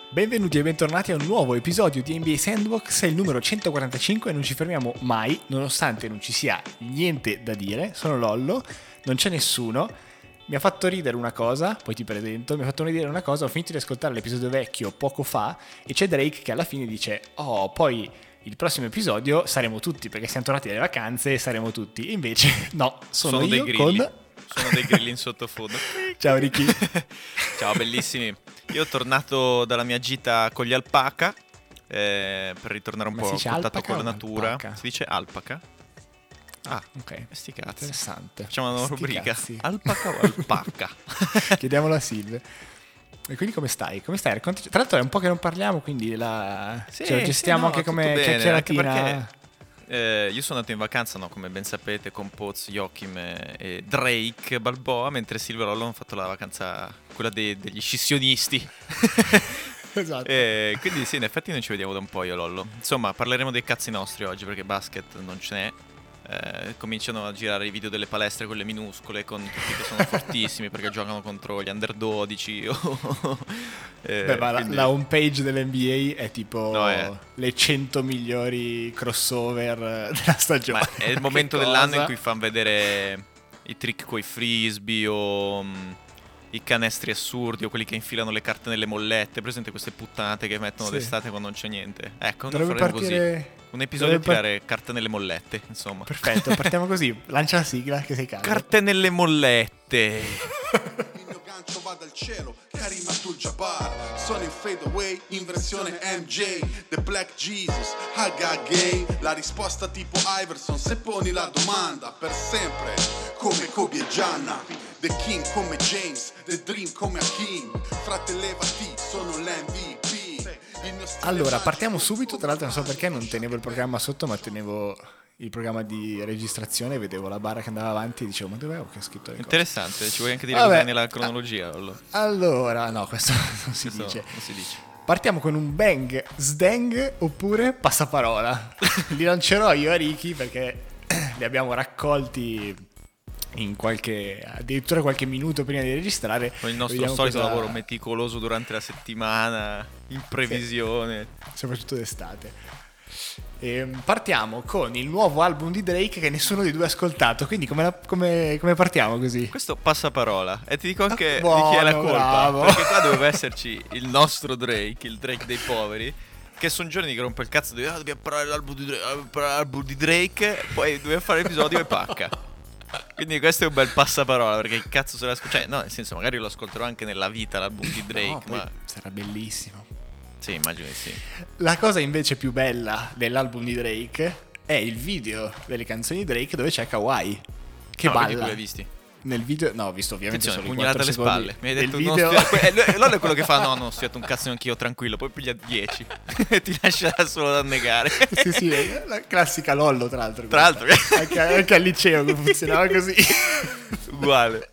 Benvenuti e bentornati a un nuovo episodio di NBA Sandbox, è il numero 145 e non ci fermiamo mai, nonostante non ci sia niente da dire. Sono Lollo, non c'è nessuno. Mi ha fatto ridere una cosa, poi ti presento, ho finito di ascoltare l'episodio vecchio poco fa e c'è Drake che alla fine dice poi il prossimo episodio saremo tutti, perché siamo tornati dalle vacanze e saremo tutti. E invece no, sono io Sono dei grilli in sottofondo. Ciao Ricky. Ciao bellissimi. Io ho tornato dalla mia gita con gli alpaca per ritornare un po' a contatto con la natura. Alpaca? Si dice alpaca? Ah, ok. sti cazzi. Interessante. Facciamo una nuova rubrica. Cazzi. Alpaca o alpaca? Chiediamolo a Silve. E quindi come stai? Raccontaci. Tra l'altro è un po' che non parliamo, quindi ce lo gestiamo anche come chiacchieratina. Io sono andato in vacanza, come ben sapete, con Poz, Joachim e Drake Balboa, mentre Silvio e Lollo hanno fatto la vacanza, quella degli scissionisti. Esatto. Quindi sì, in effetti non ci vediamo da un po' io e Lollo. Insomma, parleremo dei cazzi nostri oggi, perché basket non ce n'è. Cominciano a girare i video delle palestre con le minuscole, con tutti che sono fortissimi perché giocano contro gli under 12 quindi... la home page dell'NBA è tipo le 100 migliori crossover della stagione. Ma è il momento dell'anno in cui fanno vedere i trick coi frisbee o i canestri assurdi o quelli che infilano le carte nelle mollette. Presente queste puttanate che mettono d'estate quando non c'è niente? Ecco, noi faremo così. Un episodio a tirare carte nelle mollette, insomma. Perfetto, partiamo così. Lancia la sigla che sei caldo. Carte nelle mollette. Il mio gancio va dal cielo, Karim Abdul-Jabbar. Sono in fade away, in versione MJ. The Black Jesus, Haga Gay. La risposta tipo Iverson, se poni la domanda. Per sempre, come Kobe e Gianna. The King come James, The Dream come Hakim. Fratellevati, sono l'MVP. Allora, partiamo subito. Tra l'altro non so perché non tenevo il programma sotto, ma tenevo il programma di registrazione, vedevo la barra che andava avanti e dicevo, ma dov'è che ho scritto le cose? Interessante, ci vuoi anche dire cosa nella cronologia? Allora, no, questo non si dice. Non si dice. Partiamo con un bang, sdang oppure passaparola. Li lancerò io a Ricky perché li abbiamo raccolti in addirittura qualche minuto prima di registrare. Con il nostro solito lavoro meticoloso durante la settimana, in previsione, soprattutto d'estate. Partiamo con il nuovo album di Drake che nessuno dei due ha ascoltato, quindi come partiamo così? Questo passaparola. E ti dico anche buono, di chi è la colpa, bravo. perché qua doveva esserci il nostro Drake, il Drake dei poveri, che sono giorni che rompe il cazzo di dobbiamo parlare dell'album di Drake, poi dobbiamo fare l'episodio e pacca. Quindi questo è un bel passaparola, perché il cazzo se l'ascolta. Cioè, no, nel senso, magari lo ascolterò anche nella vita l'album di Drake, no, ma sarà bellissimo. Sì, immagino di sì. La cosa invece più bella dell'album di Drake è il video delle canzoni di Drake dove c'è Kawhi che balla. Tu l'hai visti? Nel video, no, ho visto ovviamente attenzione, solo i 4 pugnalata alle secondi spalle. Mi hai detto video. Lollo è quello che fa no, ho studiato un cazzo neanch'io, tranquillo, poi piglia 10 e ti lascia solo da negare. Sì, la classica Lollo tra l'altro. Anche al liceo che funzionava così. Uguale.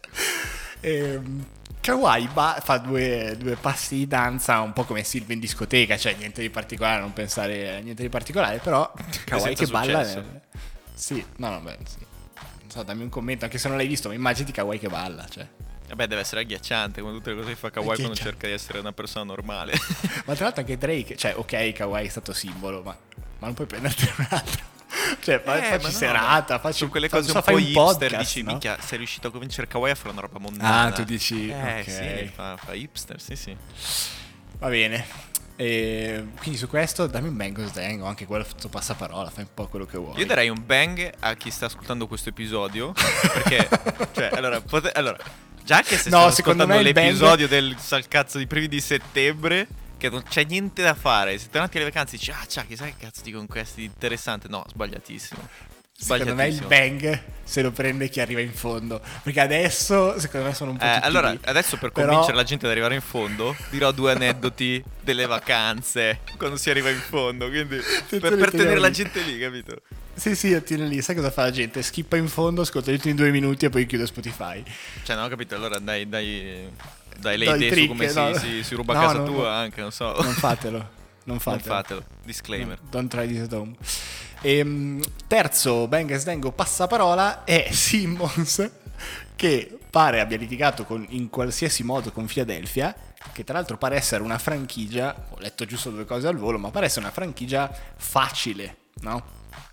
Kawhi fa due passi di danza un po' come Silvio in discoteca, cioè niente di particolare, non pensare a niente di particolare, però Kawhi che balla sì, sì. Non so, dammi un commento, anche se non l'hai visto, ma immaginati Kawhi che balla, cioè. Vabbè, deve essere agghiacciante come tutte le cose che fa Kawhi quando cerca di essere una persona normale. Ma tra l'altro anche Drake, cioè ok, Kawhi è stato simbolo, ma non puoi prenderti un altro. Cioè, facci serata, facci sono quelle cose un po' hipster, podcast, dici, no? Minchia, sei riuscito a convincere Kawhi a fare una roba mondana. Ah, tu dici, ok. Sì, fa hipster, sì. Va bene. Quindi su questo dammi un bang o sdang, o anche quello fatto passaparola, fai un po' quello che vuoi. Io darei un bang a chi sta ascoltando questo episodio, perché cioè allora già che se stai ascoltando l'episodio del cazzo di primi di settembre, che non c'è niente da fare, se tornati alle vacanze dici chissà che cazzo dicono questi interessante. No, sbagliatissimo. Secondo me il bang se lo prende chi arriva in fondo, perché adesso secondo me sono un po' tutti allora lì. adesso per convincere la gente ad arrivare in fondo dirò 2 aneddoti delle vacanze quando si arriva in fondo, quindi per tenere la gente lì, capito? Sì, tieni lì. Sai cosa fa la gente? Skippa in fondo, ascolta tutti in 2 minuti e poi chiude Spotify. Cioè no, capito? Allora dai le idee su come si ruba casa tua, anche non so. Non fatelo. Non fatelo. Disclaimer. No, don't try this at home. Terzo Bang Dengo passaparola è Simmons, che pare abbia litigato in qualsiasi modo con Philadelphia, che tra l'altro pare essere una franchigia, ho letto giusto 2 cose al volo, ma pare essere una franchigia facile, no?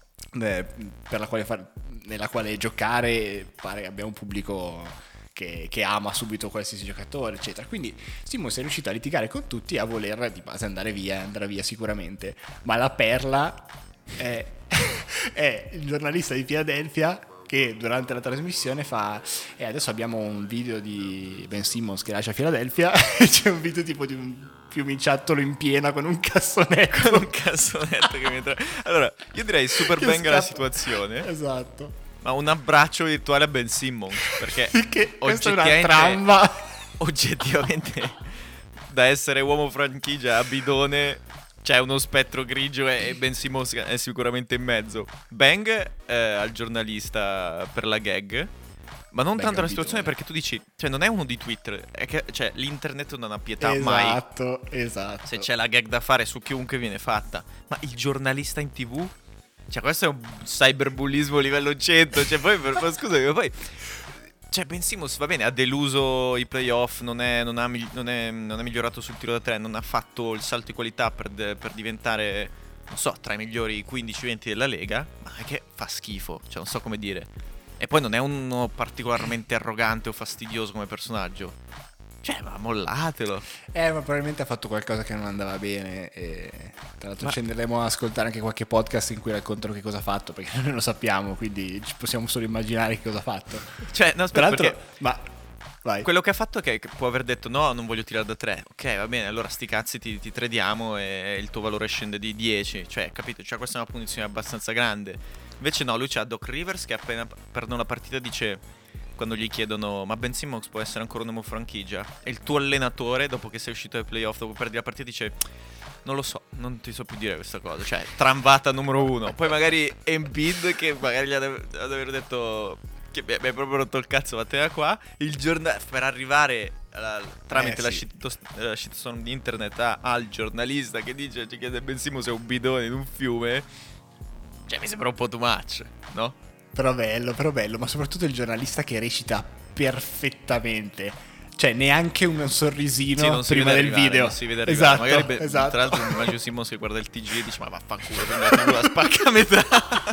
Nella quale giocare, pare abbia un pubblico che ama subito qualsiasi giocatore, eccetera. Quindi Simmons è riuscito a litigare con tutti e a voler di base andrà via sicuramente. Ma la perla è il giornalista di Philadelphia che durante la trasmissione fa adesso abbiamo un video di Ben Simmons che lascia Philadelphia e c'è un video tipo di un fiumiciattolo in piena con un cassonetto che allora io direi super bang la situazione, esatto, ma un abbraccio virtuale a Ben Simmons, perché questa è una tramba oggettivamente da essere uomo franchigia a bidone c'è uno spettro grigio e Ben Simmons è sicuramente in mezzo. Bang al giornalista per la gag, ma non tanto la situazione, perché tu dici, cioè non è uno di Twitter, è che cioè l'internet non ha pietà mai. Esatto. Se c'è la gag da fare su chiunque viene fatta, ma il giornalista in TV, cioè questo è un cyberbullismo livello 100, cioè poi ma scusami, ma poi cioè Ben Simmons va bene, ha deluso i playoff, non ha migliorato sul tiro da 3, non ha fatto il salto di qualità per diventare, non so, tra i migliori 15-20 della Lega, ma è che fa schifo, cioè non so come dire. E poi non è uno particolarmente arrogante o fastidioso come personaggio. Cioè, ma mollatelo. Ma probabilmente ha fatto qualcosa che non andava bene. E tra l'altro ci andremo ad ascoltare anche qualche podcast in cui raccontano che cosa ha fatto, perché noi non lo sappiamo, quindi ci possiamo solo immaginare che cosa ha fatto. Cioè, no, aspetta, perché vai. Quello che ha fatto è che può aver detto no, non voglio tirare da 3. Ok, va bene, allora sti cazzi ti tradiamo e il tuo valore scende di 10. Cioè, capito? Cioè, questa è una punizione abbastanza grande. Invece no, lui c'ha Doc Rivers che appena perdono la partita dice, quando gli chiedono ma Ben Simmons può essere ancora un uomo franchigia, e il tuo allenatore, dopo che sei uscito dai playoff, dopo perdi la partita, dice non lo so, non ti so più dire questa cosa. Cioè, tramvata numero 1. Poi magari Embiid, che magari gli ha aver detto che mi hai proprio rotto il cazzo, vattene qua. Il giornale per arrivare tramite la shitstorm di internet al giornalista che dice, ci chiede Ben Simmons è un bidone in un fiume. Cioè, mi sembra un po' too much, no? Però bello, ma soprattutto il giornalista che recita perfettamente. Cioè, neanche un sorrisino prima del video. Non si vede arrivare. Esatto. Tra l'altro mi immagino Simmons che guarda il TG e dice ma vaffanculo, prendi la spacca a metà.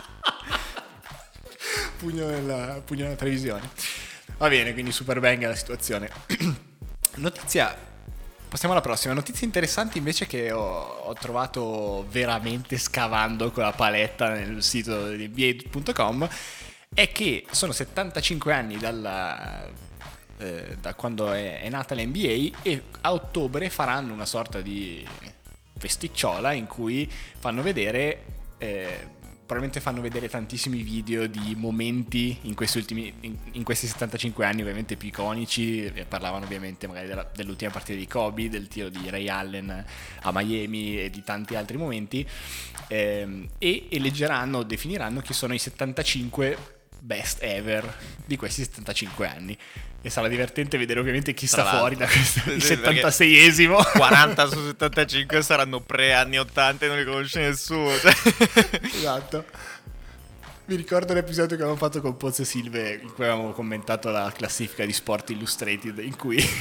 Pugno nella televisione. Va bene, quindi super bang la situazione. Notizia. Passiamo alla prossima. Notizie interessanti invece che ho trovato veramente scavando con la paletta nel sito di NBA.com è che sono 75 anni da quando è nata l'NBA e a ottobre faranno una sorta di festicciola in cui fanno vedere probabilmente fanno vedere tantissimi video di momenti in questi 75 anni ovviamente più iconici. Parlavano ovviamente magari dell'ultima partita di Kobe, del tiro di Ray Allen a Miami e di tanti altri momenti, e definiranno chi sono i 75 best ever di questi 75 anni. E sarà divertente vedere ovviamente chi sta fuori da questo, il 76esimo. 40 su 75 saranno pre-anni 80 e non li conosce nessuno. Esatto. Mi ricordo l'episodio che avevamo fatto con Pozzo e Silve, in cui avevamo commentato la classifica di Sport Illustrated, in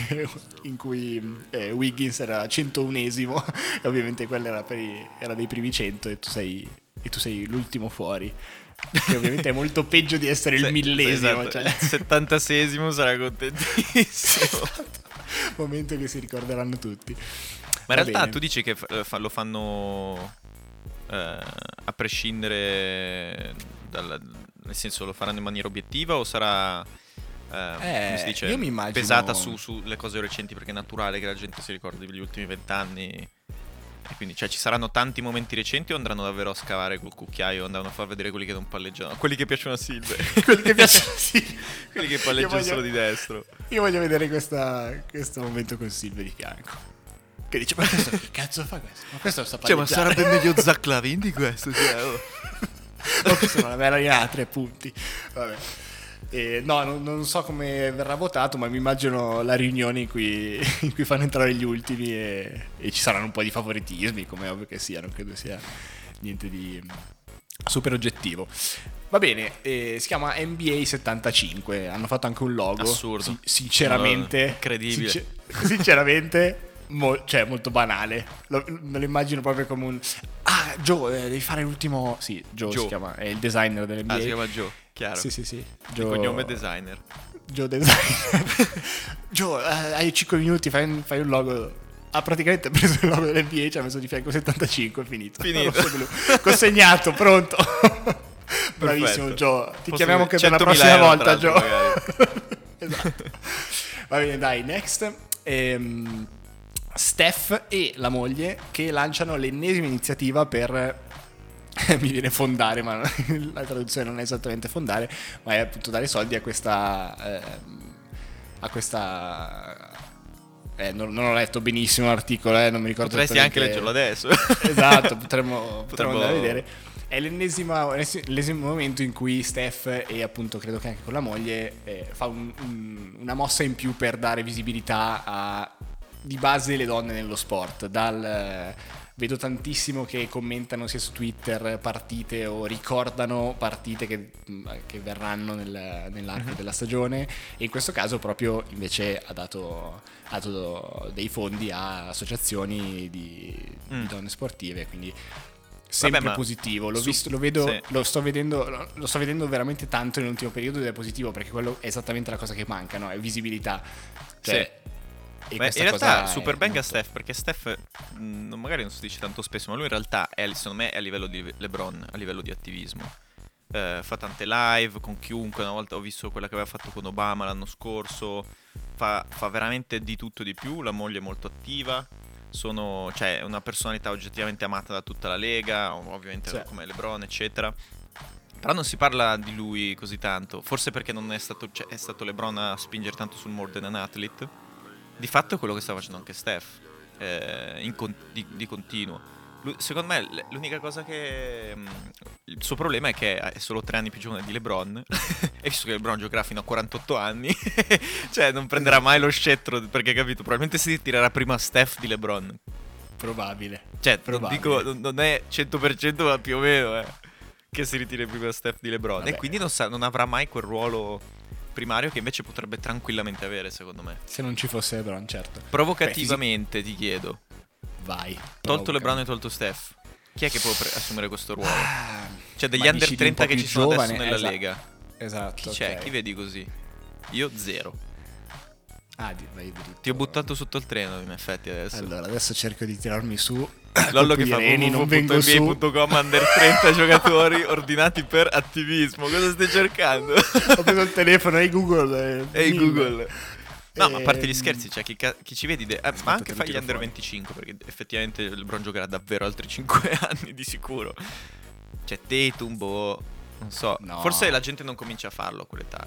cui Wiggins era 101esimo e ovviamente quello era dei primi 100 e tu sei l'ultimo fuori. Che ovviamente è molto peggio di essere il millesimo. Esatto. Cioè. Il 76esimo sarà contentissimo. Esatto. Momento che si ricorderanno tutti. Ma in realtà tu dici che lo fanno a prescindere nel senso, lo faranno in maniera obiettiva o sarà come si dice, io mi immagino pesata sulle cose recenti, perché è naturale che la gente si ricordi degli ultimi 20 anni. E quindi, cioè, ci saranno tanti momenti recenti o andranno davvero a scavare col cucchiaio, andranno a far vedere quelli che non palleggiano, quelli che piacciono a Silve, quelli che piacciono a Silve, quelli che palleggiano solo di destro. Io voglio vedere questo momento con Silve di fianco, che dice ma questo che cazzo fa questo? Ma questo sta palleggiando. Cioè, ma sarebbe meglio Zach Lavin di questo, cioè, ma questa non è la linea a 3 punti. Vabbè. No, non so come verrà votato, ma mi immagino la riunione in cui fanno entrare gli ultimi e ci saranno un po' di favoritismi, come è ovvio che sia, non credo sia niente di super oggettivo. Va bene, si chiama NBA 75, hanno fatto anche un logo. Assurdo. Sinceramente, incredibile. Sinceramente, cioè molto banale. Me lo immagino proprio come un... Ah, Joe, devi fare l'ultimo... Sì, Joe si chiama, è il designer dell'NBA. Si chiama Joe, chiaro. Sì. Joe... Joe... Il cognome è designer. Joe designer. Joe, hai 5 minuti, fai un logo... Ha praticamente preso il logo dell'NBA e ci ha messo di fianco 75, finito. Consegnato, pronto. Bravissimo Joe. Ti chiamiamo anche per la prossima volta, Joe. Esatto. Va bene, dai, next. Steph e la moglie che lanciano l'ennesima iniziativa per... mi viene fondare, ma la traduzione non è esattamente fondare, ma è appunto dare soldi a questa... non ho letto benissimo l'articolo, non mi ricordo. Potresti anche leggerlo adesso. Esatto, potremmo andare a vedere. È l'ennesimo momento in cui Steph, e appunto credo che anche con la moglie, fa una mossa in più per dare visibilità a di base le donne nello sport. Vedo tantissimo che commentano sia su Twitter partite o ricordano partite che verranno nell'arco della stagione, e in questo caso proprio invece ha dato dei fondi a associazioni di donne sportive, quindi sempre positivo. Lo sto vedendo veramente tanto nell'ultimo periodo ed è positivo, perché quello è esattamente la cosa che manca, no? È visibilità. Cioè, Beh, in realtà super bang a Steph, perché Steph magari non si dice tanto spesso, ma lui in realtà secondo me è a livello di LeBron, a livello di attivismo. Fa tante live con chiunque. Una volta ho visto quella che aveva fatto con Obama l'anno scorso. Fa veramente di tutto e di più. La moglie è molto attiva. Cioè, una personalità oggettivamente amata da tutta la Lega, ovviamente come LeBron, eccetera. Però non si parla di lui così tanto. Forse perché non è stato, è stato LeBron a spingere tanto sul more than an athlete. Di fatto è quello che sta facendo anche Steph, di continuo. Secondo me l'unica cosa che... il suo problema è che è solo 3 anni più giovane di LeBron. E visto che LeBron giocherà fino a 48 anni, cioè non prenderà mai lo scettro, perché capito, probabilmente si ritirerà prima Steph di LeBron. Probabile. Cioè, non è 100%, ma più o meno che si ritira prima Steph di LeBron. Vabbè. E quindi non avrà mai quel ruolo primario che invece potrebbe tranquillamente avere, secondo me. Se non ci fosse LeBron, certo. Provocativamente ti chiedo. Vai. Tolto LeBron e tolto Steph, chi è che può assumere questo ruolo? Cioè degli under 30 che ci sono adesso nella Lega. Esatto. Chi c'è? Chi vedi così? Io zero. Vai dritto. Ti ho buttato sotto il treno in effetti adesso. Allora, adesso cerco di tirarmi su. Lollo che fa www.nba.com under 30 giocatori ordinati per attivismo. Cosa stai cercando? Ho preso il telefono e Google. Google. No, ma a parte gli scherzi, cioè chi ci vedi, ma anche fai gli under 25, perché effettivamente il LeBron giocherà davvero altri 5 anni di sicuro. Cioè Tatum, non so, forse la gente non comincia a farlo a quell'età.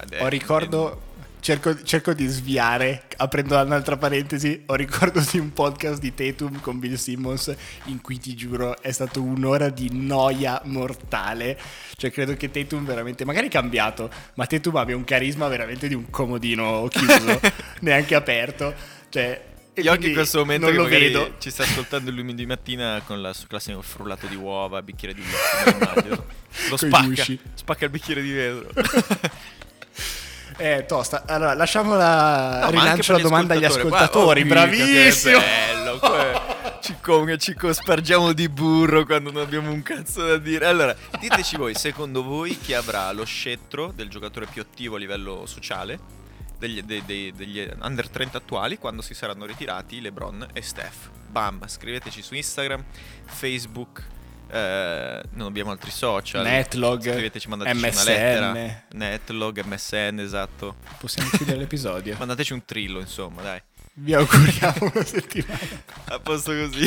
Cerco di sviare, aprendo un'altra parentesi. Ho ricordo di un podcast di Tatum con Bill Simmons in cui, ti giuro, è stato un'ora di noia mortale. Cioè credo che Tatum veramente, magari cambiato, ma Tatum abbia un carisma veramente di un comodino chiuso, neanche aperto. Cioè, gli occhi in questo momento non che lo vedo. Ci sta ascoltando il lunedì mattina con il classico frullato di uova, bicchiere di vetro. Lo spacca il bicchiere di vetro. Tosta. Allora, rilancio la domanda agli ascoltatori. Bravissimo. Che bello. Ci cospargiamo di burro quando non abbiamo un cazzo da dire. Allora, diteci voi, secondo voi chi avrà lo scettro del giocatore più attivo a livello sociale degli under 30 attuali quando si saranno ritirati LeBron e Steph? Bam, scriveteci su Instagram, Facebook. Non abbiamo altri social. Netlog, scriveteci, mandateci MSN. una lettera. Netlog, MSN, esatto. Possiamo chiudere l'episodio. Mandateci un trillo, insomma, dai. Vi auguriamo una settimana a posto così.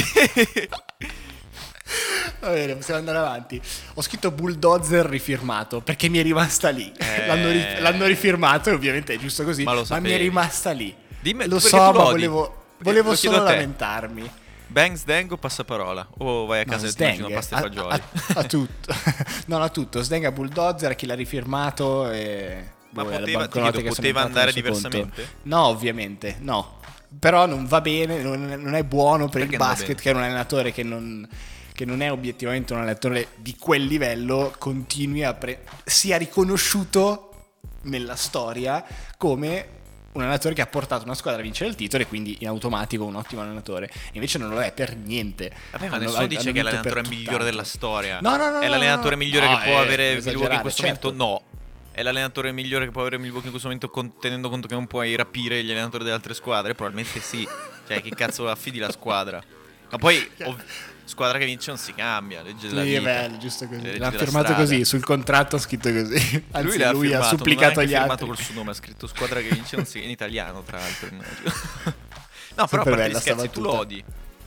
Va bene, possiamo andare avanti. Ho scritto Bulldozer rifirmato perché mi è rimasta lì. L'hanno rifirmato, ovviamente è giusto così, ma mi è rimasta lì. Dimmi, lo so, ma volevo solo lamentarmi. Bang, Sdeng o passaparola? O vai a casa e ti mangi una pasta e fagioli? A tutto. No, a tutto. Sdeng a Bulldozer, chi l'ha rifirmato ma poteva andare diversamente? No, ovviamente, no. Però non va bene, non è buono per il basket, che è un allenatore che non che non è obiettivamente un allenatore di quel livello, continui sia riconosciuto nella storia come un allenatore che ha portato una squadra a vincere il titolo e quindi in automatico un ottimo allenatore. Invece non lo è per niente. Vabbè, ma nessuno dice che è l'allenatore migliore della storia. No, è l'allenatore migliore che può avere Milwaukee in questo certo. momento? No. È l'allenatore migliore che può avere Milwaukee in questo momento, tenendo conto che non puoi rapire gli allenatori delle altre squadre? Probabilmente sì. Cioè, che cazzo affidi la squadra? Ma poi squadra che vince non si cambia, legge della vita. Bello, giusto così. L'ha della firmato strada. così, sul contratto ha scritto così. Anzi, lui ha firmato, supplicato non agli ha firmato altri. col suo nome, ha scritto squadra che vince non si... in italiano, tra l'altro, immagino. No, però a Sempre parte gli bella sta scherzi, tu lo battuta. odi.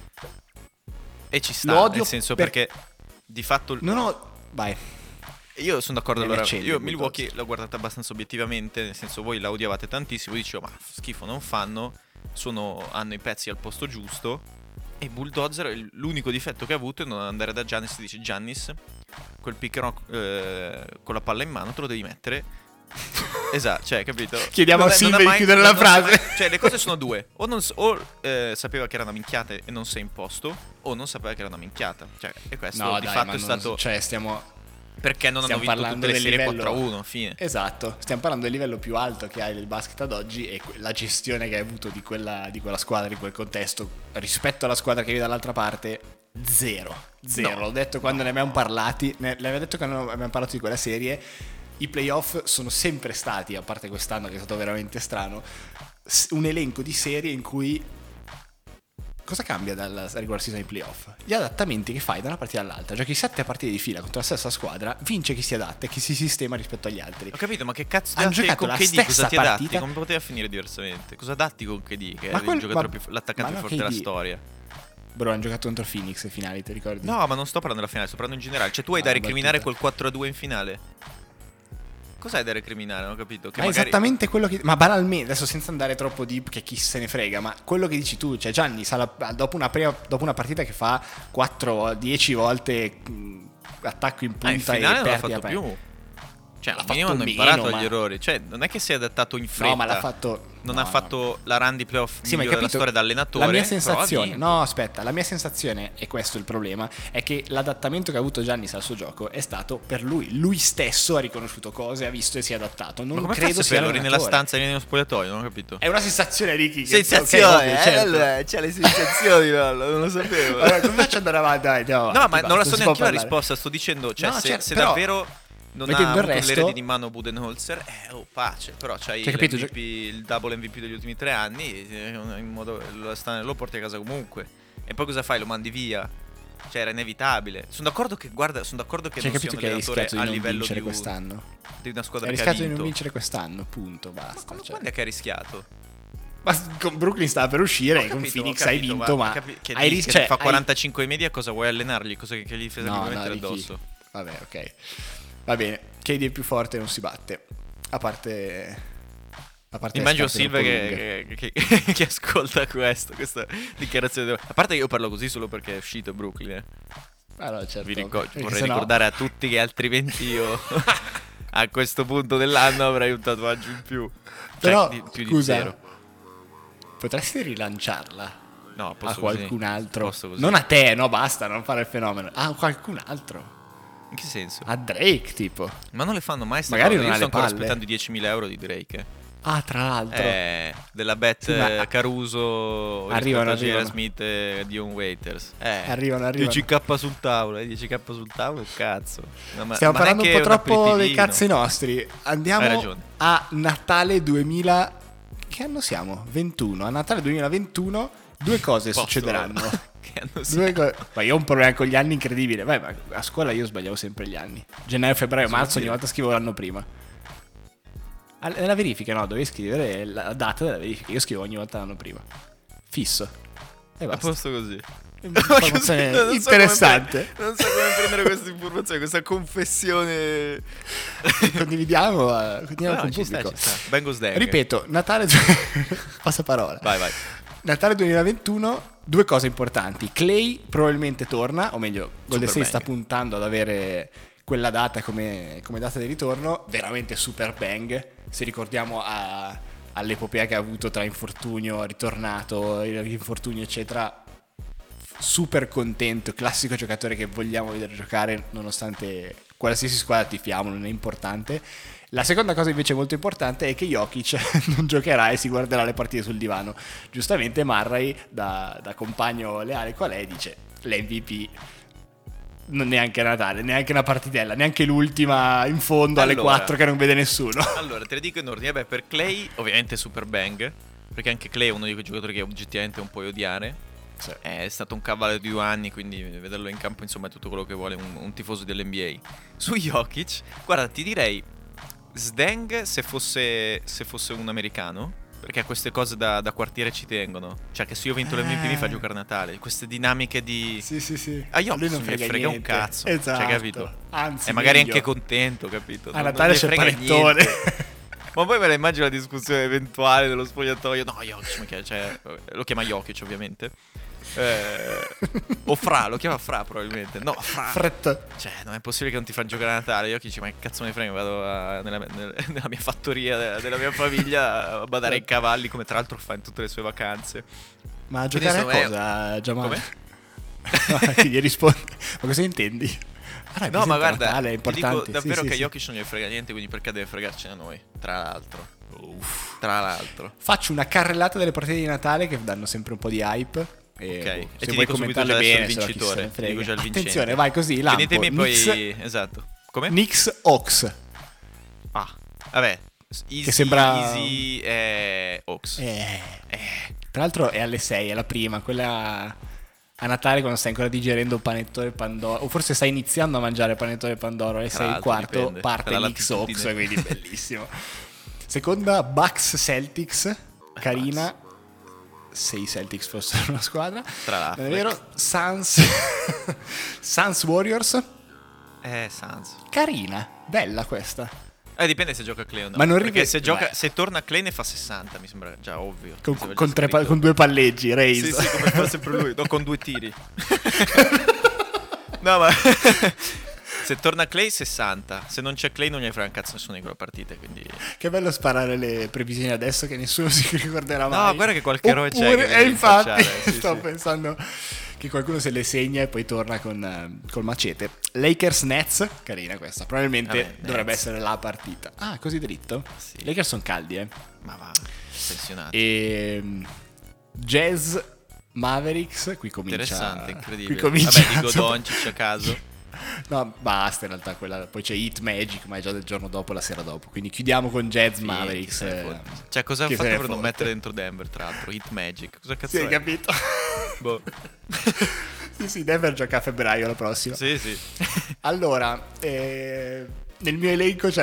E ci sta, Lo odio nel senso perché di fatto... Vai. Io sono d'accordo, Mi allora, accendi, io mi Milwaukee tozzo. l'ho guardata abbastanza obiettivamente, nel senso voi la odiavate tantissimo, io dicevo ma schifo non fanno, hanno i pezzi al posto giusto, e Bulldozer l'unico difetto che ha avuto è non andare da Giannis e dice Giannis, quel pick and roll, con la palla in mano te lo devi mettere. Esatto, cioè, capito? Chiediamo Non a è- non Silve ha di mai- chiudere non- la non si è frase. mai- cioè, le cose sono due. Sapeva che era una minchiata e non si è imposto, o non sapeva che era una minchiata. Cioè, e questo No, di dai, fatto ma è stato... Cioè, stiamo perché non hanno stiamo vinto parlando tutte le del serie livello 4-1, fine. Esatto, stiamo parlando del livello più alto che hai del basket ad oggi e la gestione che hai avuto di quella squadra, di quel contesto rispetto alla squadra che vive dall'altra parte. Zero. No, L'ho detto quando ne abbiamo parlati, l'aveva detto quando abbiamo parlato di quella serie. I playoff sono sempre stati, a parte quest'anno che è stato veramente strano, un elenco di serie in cui cosa cambia dalla regular season ai playoff? Gli adattamenti che fai da una partita all'altra. Giochi 7 partite di fila contro la stessa squadra, vince chi si adatta e chi si sistema rispetto agli altri. Ho capito, ma che cazzo Hanno datti giocato con la KD? Cosa stessa ti adatti? partita. Come poteva finire diversamente? Cosa adatti con KD, che Ma è quel- il giocatore ma- l'attaccante ma più no, forte della KD. storia? Bro, hanno giocato contro Phoenix ai finali, ti ricordi? No, ma non sto parlando della finale, sto parlando in generale. Cioè, tu hai da una recriminare battuta. quel 4-2 in finale? Cos'hai da recriminare? Non ho capito. Che Ma magari... esattamente quello che... Ma banalmente, adesso senza andare troppo deep, che chi se ne frega, ma quello che dici tu, cioè Gianni, dopo una partita che fa 4-10 volte attacco in in punta e finale non l'ha perdi fatto a più. Cioè, L'ha al minimo fatto hanno imparato meno, dagli ma- errori. Cioè, non è che si è adattato in fretta. No, ma l'ha fatto... Non no, ha fatto la run di playoff Sì, ma hai migliore della capito? storia da allenatore. La mia però ha sensazione, vinto. no, aspetta, la mia sensazione, e questo è il problema, è che l'adattamento che ha avuto Giannis al suo gioco è stato per lui. Lui stesso ha riconosciuto cose, ha visto e si è adattato. Non Ma come credo cazzo sia eri nella l'allenatore. stanza e nello spogliatoio? Non ho capito. È una sensazione, Ricky. Sensazione, ok, ovvio, certo. c'è le sensazioni, Lollo, non lo sapevo. Allora, come faccio ad andare avanti? Dai, no, No, ma non la si so può neanche la parlare. risposta, sto dicendo, cioè, No, se, certo, se però, davvero non ha vedendo il avuto resto- l'erede di mano Budenholzer, pace, però c'hai Cioè, capito, l'MVP, il double MVP degli ultimi 3 anni, in modo lo porti a casa comunque. E poi cosa fai? Lo mandi via? Cioè, era inevitabile. Sono d'accordo che, guarda, sono d'accordo che Cioè, non sia capito un che hai allenatore rischiato a di non livello vincere di, quest'anno? di una squadra Hai che ha rischiato di vinto. non vincere quest'anno, punto, basta. Ma cioè. quando è che hai rischiato? Ma con Brooklyn stava per uscire, con Phoenix hai vinto, ma che hai che cioè, fa hai- 45 in media, cosa vuoi allenargli? Cosa che gli fai No, mettere Ricky. addosso? Vabbè, ok. Va bene, KD è più forte non si batte. A parte Immagino le scarpe Silve un po' lunghe. che ascolta questa dichiarazione. A parte che io parlo così solo perché è uscito Brooklyn. Ah, no, certo. Vorrei Perché sennò- ricordare a tutti che altrimenti io a questo punto dell'anno avrei un tatuaggio in più. Cioè, Però, più scusa, di zero. potresti rilanciarla No, a posso qualcun così. altro. Posso così. Non a te, no, basta, non fare il fenomeno. A qualcun altro. In che senso? A Drake, tipo. Ma non le fanno mai sta Magari cosa. non Io ha sto le ancora palle. aspettando i 10.000 euro di Drake. Ah, tra l'altro. Della bet Sì, ma- Caruso Arrivano, rispetto a J.R. arrivano. Smith e Dion Waiters. Arrivano. 10k sul tavolo, 10k sul tavolo, cazzo. No, Stiamo ma parlando un neanche po' troppo dei aperitivo. cazzi nostri. Hai Andiamo ragione. a Natale 2000. Che anno siamo? 21. A Natale 2021 due cose Posto. succederanno. Che anno Due ma io ho un problema con gli anni incredibile. Vai, ma a scuola io sbagliavo sempre gli anni. Gennaio, febbraio, marzo, ogni volta scrivo l'anno prima. Nella verifica, no, dovevi scrivere la data della verifica. Io scrivo ogni volta l'anno prima. Fisso. E A basta. posto così. Informazione Non so interessante. non so come prendere questa informazione, questa confessione. Condividiamo No, con ci sta, pubblico. ci sta. Bengals Dang. Ripeto, Natale passaparola. Vai. Natale 2021, due cose importanti. Clay probabilmente torna, o meglio, Golden State sta bang. puntando ad avere quella data come data di ritorno, veramente super bang. Se ricordiamo all'epopea che ha avuto tra infortunio, ritornato, infortunio eccetera, super contento, classico giocatore che vogliamo vedere giocare nonostante qualsiasi squadra tifiamo, non è importante. La seconda cosa invece molto importante è che Jokic non giocherà e si guarderà le partite sul divano. Giustamente Murray, da compagno leale qual è, dice l'MVP non neanche a Natale, neanche una partitella, neanche l'ultima in fondo alle 4 che non vede nessuno. Allora, te le dico in ordine. Beh, per Clay ovviamente super bang, perché anche Clay è uno di quei giocatori che oggettivamente non puoi odiare. Sì. È stato un cavallo di 2 anni, quindi vederlo in campo insomma è tutto quello che vuole un tifoso dell'NBA. Su Jokic, guarda, ti direi Sdeng se fosse un americano, perché a queste cose da quartiere ci tengono. Cioè che se io ho vinto l'MVP mi fa giocare a Natale. Queste dinamiche di... Sì. A Jokic lui non me ne frega un cazzo. Esatto. Cioè, capito? Anzi, e magari meglio. anche contento, capito? A Natale c'è il frega panettone. niente. Ma poi me la immagino la discussione eventuale dello spogliatoio. No, Jokic, cioè, lo chiama Jokic ovviamente. O Fra, lo chiama Fra probabilmente. No, Fret. Cioè, non è possibile che non ti fa giocare a Natale. Jokic dice, ma che cazzo me ne frega, vado nella mia fattoria della mia famiglia a badare ai cavalli, come tra l'altro fa in tutte le sue vacanze. Ma a giocare a Quindi cosa, Jamal? Come? Gli rispondi. Ma cosa intendi? No, ma guarda, Natale, è ti dico importante. davvero Sì, che sì, Jokic non gli frega niente, quindi perché deve fregarcene a noi? Tra l'altro. Faccio una carrellata delle partite di Natale che danno sempre un po' di hype. Ok, e e se ti vuoi dico subito commentarle già bene, adesso il se no chi se vincitore. ne Ti frega. dico già il vincente. Attenzione, vai così, lampo. Finitemi poi... Knicks, Esatto. Come? Knicks Hawks. Ah, vabbè. Easy, Che sembra... Easy Hawks. Tra l'altro è alle 6, è la prima, quella a Natale quando stai ancora digerendo panettone Pandoro, o forse stai iniziando a mangiare panettone Pandoro alle 6 e l'altro, quarto, dipende, parte dalla Knicks Hawks, latitudine. quindi bellissimo. Seconda Bucks Celtics, carina. Se i Celtics fossero una squadra. Tra l'altro. Non è vero? Suns Warriors, Suns. carina, bella questa. Dipende se gioca Clay o no. Ma non perché beh. se torna Clay ne fa 60, mi sembra già ovvio. Con due palleggi, raise. Sì, come fa sempre lui. No, con 2 tiri. No, ma se torna Clay 60. Se non c'è Clay non gli frega un cazzo nessuno di quella partita, quindi... Che bello sparare le previsioni adesso che nessuno si ricorderà mai. No, guarda che qualche eroe c'è che E infatti sì, sto sì. pensando che qualcuno se le segna e poi torna col macete. Lakers Nets, carina questa. Probabilmente Vabbè, dovrebbe Nets. essere la partita. Ah, così dritto? Sì. Lakers sono caldi, Ma va, pensionato. E Jazz Mavericks, qui comincia. Interessante, incredibile. Qui comincia. Vabbè, dico Doncic a caso. No, basta in realtà quella. Poi c'è Heat Magic, ma è già del giorno dopo, la sera dopo. Quindi chiudiamo con Jazz Sì, Mavericks. chi se ne fotte. Cioè, cosa ha chi se fatto ne per non fotte. mettere dentro Denver, tra l'altro? Heat Magic. Cosa cazzo Sì, è? hai capito? Boh. Sì, Denver gioca a febbraio la prossima. Sì. Allora, nel mio elenco c'è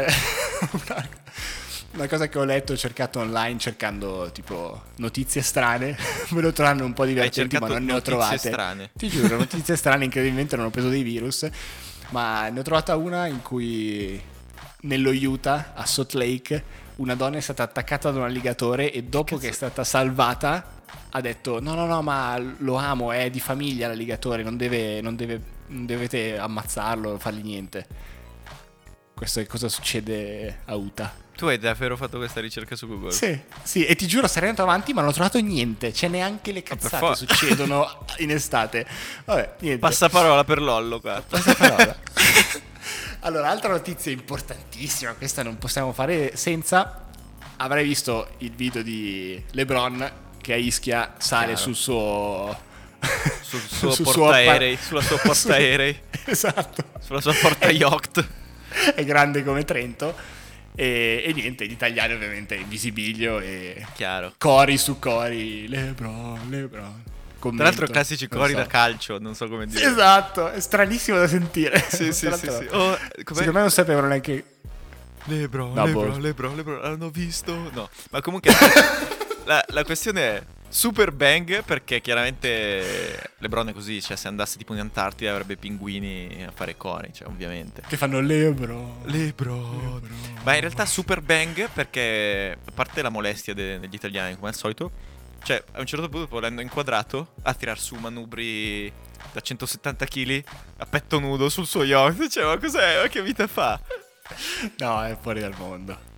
una cosa che ho letto, ho cercato online cercando tipo notizie strane. Me lo trovano un po' divertenti, ma cercato non ne ho notizie trovate. strane? Ti giuro, notizie strane, incredibilmente non ho preso dei virus. Ma ne ho trovata una in cui nello Utah, a Salt Lake, una donna è stata attaccata da un alligatore e dopo che è stata salvata ha detto no, ma lo amo, è di famiglia l'alligatore, non dovete ammazzarlo, fargli niente. Questo è cosa succede a Utah. Tu hai davvero fatto questa ricerca su Google? Sì, e ti giuro sarei andato avanti ma non ho trovato niente, cioè neanche le cazzate succedono in estate. Vabbè, niente. Passaparola per Lollo qua. Passaparola. Allora, altra notizia importantissima, questa non possiamo fare senza. Avrai visto il video di LeBron che a Ischia sale Chiaro. sul suo Sul suo portaerei, sulla sua portaerei, esatto, sulla sua porta yacht. è grande come Trento e niente, gli italiani ovviamente in visibilio e Chiaro. cori su cori, LeBron. Tra l'altro classici non cori so. da calcio, non so come dire. Esatto, è stranissimo da sentire. Sì. Tra sì. l'altro, Oh, secondo me non sapevano neanche. Lebron, No, Lebron, hanno visto? No, ma comunque la questione è super bang perché chiaramente LeBron è così, cioè se andasse tipo in Antartide avrebbe pinguini a fare cori, cioè ovviamente. Che fanno Lebron. Ma in realtà super bang perché, a parte la molestia degli italiani come al solito, cioè a un certo punto volendo inquadrato a tirar su manubri da 170 kg a petto nudo sul suo yacht, cioè ma cos'è? Ma che vita fa? No, è fuori dal mondo.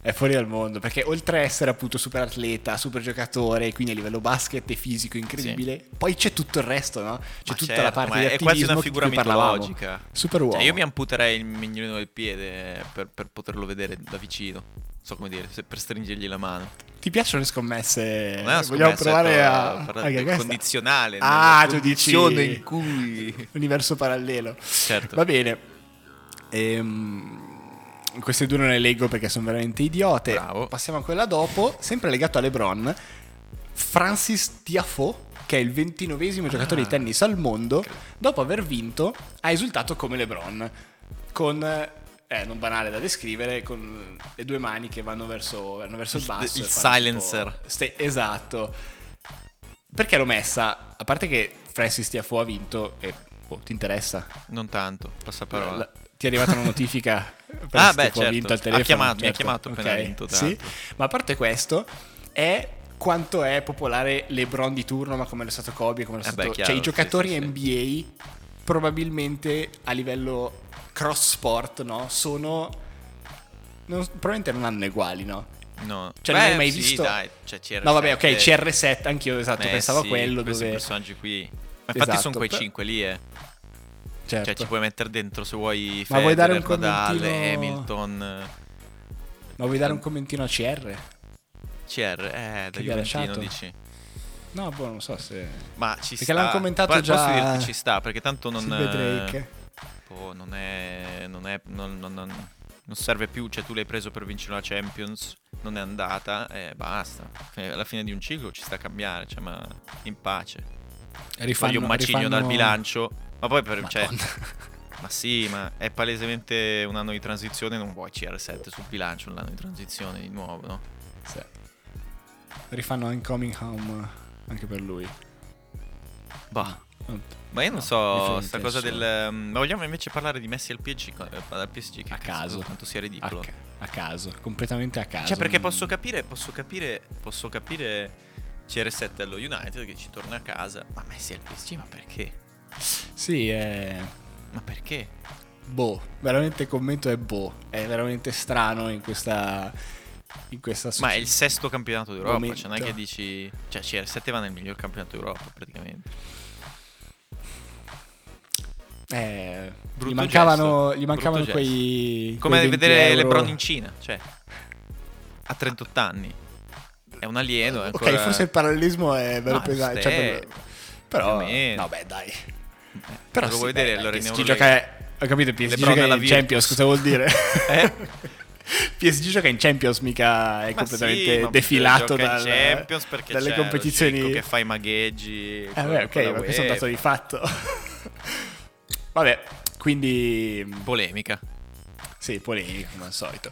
È fuori dal mondo, perché oltre a essere appunto super atleta, super giocatore, quindi a livello basket e fisico incredibile, poi c'è tutto il resto, no? C'è Ma tutta certo, la parte ma di è quasi attivismo una di figura cui parlavamo. mitologica. Super uomo. Cioè, io mi amputerei il mignolino del piede per poterlo vedere da vicino. Non so come dire, per stringergli la mano. Ti piacciono le scommesse? Non è una Vogliamo scommessa, provare ecco, a... parlare del questa- condizionale. Ah, nella tu dici... condizione in cui... Universo parallelo. Certo. Va bene. Queste due non le leggo perché sono veramente idiote. Bravo. Passiamo a quella dopo, sempre legato a LeBron. Francis Tiafoe, che è il 29esimo giocatore di tennis al mondo, dopo aver vinto ha esultato come LeBron, con non banale da descrivere, con le due mani che vanno verso il basso. Il e fanno silencer. Esatto. Perché l'ho messa? A parte che Francis Tiafoe ha vinto e ti interessa? Non tanto, passaparola. Ti è arrivata una notifica? Ah, Francis beh, Tiafoe ha certo. vinto al telefono, Mi ha chiamato appena Ok, vinto, tra sì. l'altro. Ma a parte questo, è quanto è popolare LeBron di turno, ma come lo è stato Kobe, come lo è stato... beh, chiaro, cioè i giocatori sì. NBA probabilmente a livello cross sport, no? Probabilmente non hanno uguali, no? No. Cioè, non hai mai sì, visto... dai, cioè, CR7, No, vabbè, ok, CR7, anch'io, esatto, pensavo sì, a quello questi dove... personaggi qui. Ma infatti Esatto, sono quei 5 lì, Certo. Cioè, ci puoi mettere dentro se vuoi Ma vuoi dare un Federer, Nadal, commentino- Hamilton, Ma vuoi dare un commentino a CR? CR, da Che vi ha Juventino lasciato? dici. No, boh, non so se... Ma ci Perché sta. l'hanno commentato Posso già dirti ci sta, perché tanto non Silvia Drake. non serve più, cioè tu l'hai preso per vincere la Champions, non è andata e basta. Alla fine di un ciclo ci sta a cambiare, cioè, ma in pace. Voglio un macigno dal bilancio, ma poi cioè, ma sì, ma è palesemente un anno di transizione, non vuoi CR7 sul bilancio un anno di transizione di nuovo, no? Sì. Rifanno Incoming Home anche per lui. Bah. Non- Ma io non no, so, differente sta cosa solo. del... Ma vogliamo invece parlare di Messi al PSG che A caso. quanto sia ridicolo. A caso, completamente a caso. Cioè, perché Non- posso capire CR7 allo United che ci torna a casa, ma Messi al PSG, ma perché? Sì, è... Ma perché? Boh, veramente il commento è boh. È veramente strano in questa Ma è il sesto campionato d'Europa, momento. cioè non è che dici... Cioè CR7 va nel miglior campionato d'Europa praticamente. Gli mancavano brutto quei... Come quei 20 vedere euro. LeBron in Cina, cioè a 38 anni. È un alieno, è ancora... Ok, forse il parallelismo è vero No, pesante. ste- Cioè, però... più o meno. No, beh, dai. Però lo sì, vuoi vedere dai, allora in PSG Eurolega? gioca... Ho capito, PSG LeBron gioca alla in Virtus. Champions, cosa vuol dire? PSG gioca in Champions, mica è Ma completamente sì, ma defilato gioca in Champions perché dalle c'è lo competizioni sceicco che fa i magheggi. Beh, ok, ma questo è un dato di fatto. Vabbè, quindi Polemica. sì, polemico come al solito.